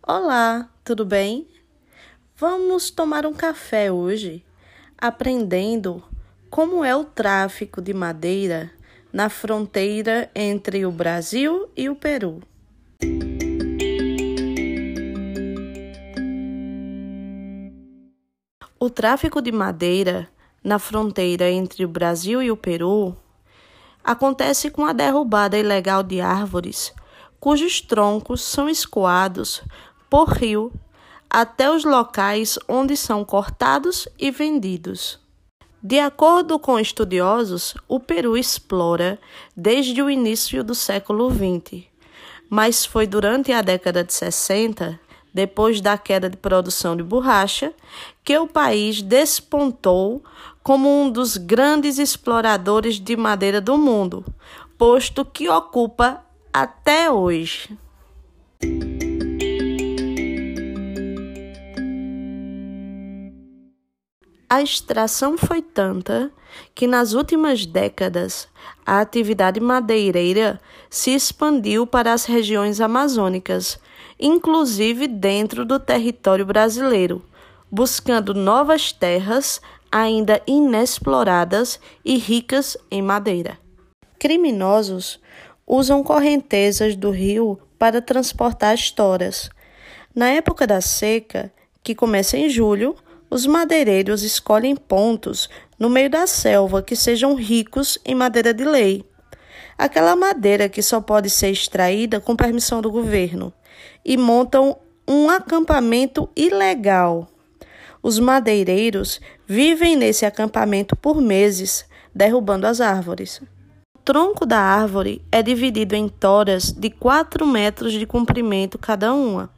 Olá, tudo bem? Vamos tomar um café hoje, aprendendo como é o tráfico de madeira na fronteira entre o Brasil e o Peru. O tráfico de madeira na fronteira entre o Brasil e o Peru acontece com a derrubada ilegal de árvores, cujos troncos são escoados por rio até os locais onde são cortados e vendidos. De acordo com estudiosos, o Peru explora desde o início do século XX, mas foi durante a década de 60, depois da queda de produção de borracha, que o país despontou como um dos grandes exploradores de madeira do mundo, posto que ocupa até hoje. A extração foi tanta que nas últimas décadas a atividade madeireira se expandiu para as regiões amazônicas, inclusive dentro do território brasileiro, buscando novas terras ainda inexploradas e ricas em madeira. Criminosos usam correntezas do rio para transportar as toras. Na época da seca, que começa em julho, os madeireiros escolhem pontos no meio da selva que sejam ricos em madeira de lei. Aquela madeira que só pode ser extraída com permissão do governo, e montam um acampamento ilegal. Os madeireiros vivem nesse acampamento por meses, derrubando as árvores. O tronco da árvore é dividido em toras de 4 metros de comprimento cada uma.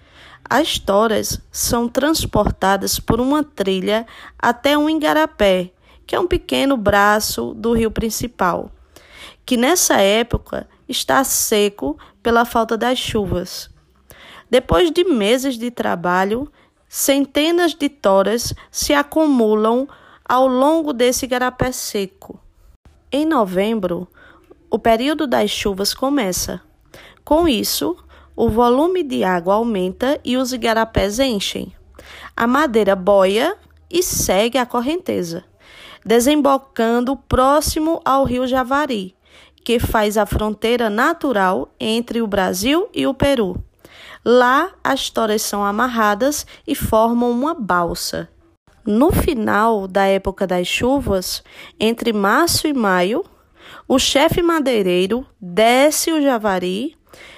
As toras são transportadas por uma trilha até um igarapé, que é um pequeno braço do rio principal, que nessa época está seco pela falta das chuvas. Depois de meses de trabalho, centenas de toras se acumulam ao longo desse igarapé seco. Em novembro, o período das chuvas começa. Com isso, o volume de água aumenta e os igarapés enchem. A madeira boia e segue a correnteza, desembocando próximo ao rio Javari, que faz a fronteira natural entre o Brasil e o Peru. Lá, as toras são amarradas e formam uma balsa. No final da época das chuvas, entre março e maio, o chefe madeireiro desce o Javari,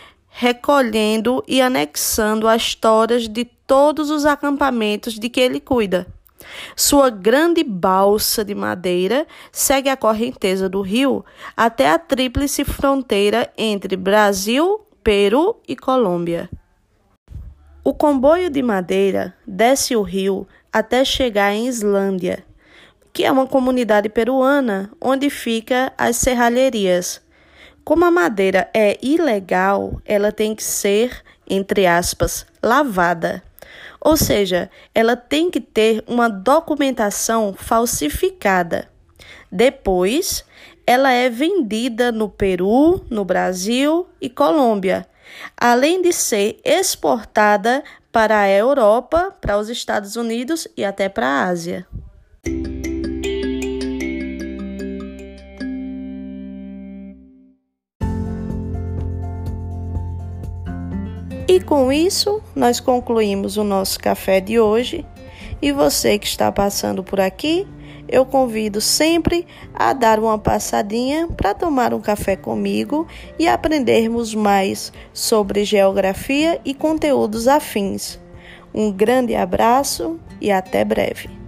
recolhendo e anexando as toras de todos os acampamentos de que ele cuida. Sua grande balsa de madeira segue a correnteza do rio até a tríplice fronteira entre Brasil, Peru e Colômbia. O comboio de madeira desce o rio até chegar em Islândia, que é uma comunidade peruana onde fica as serralherias. Como a madeira é ilegal, ela tem que ser, entre aspas, lavada. Ou seja, ela tem que ter uma documentação falsificada. Depois, ela é vendida no Peru, no Brasil e Colômbia, além de ser exportada para a Europa, para os Estados Unidos e até para a Ásia. E com isso, nós concluímos o nosso café de hoje. E você que está passando por aqui, eu convido sempre a dar uma passadinha para tomar um café comigo e aprendermos mais sobre geografia e conteúdos afins. Um grande abraço e até breve.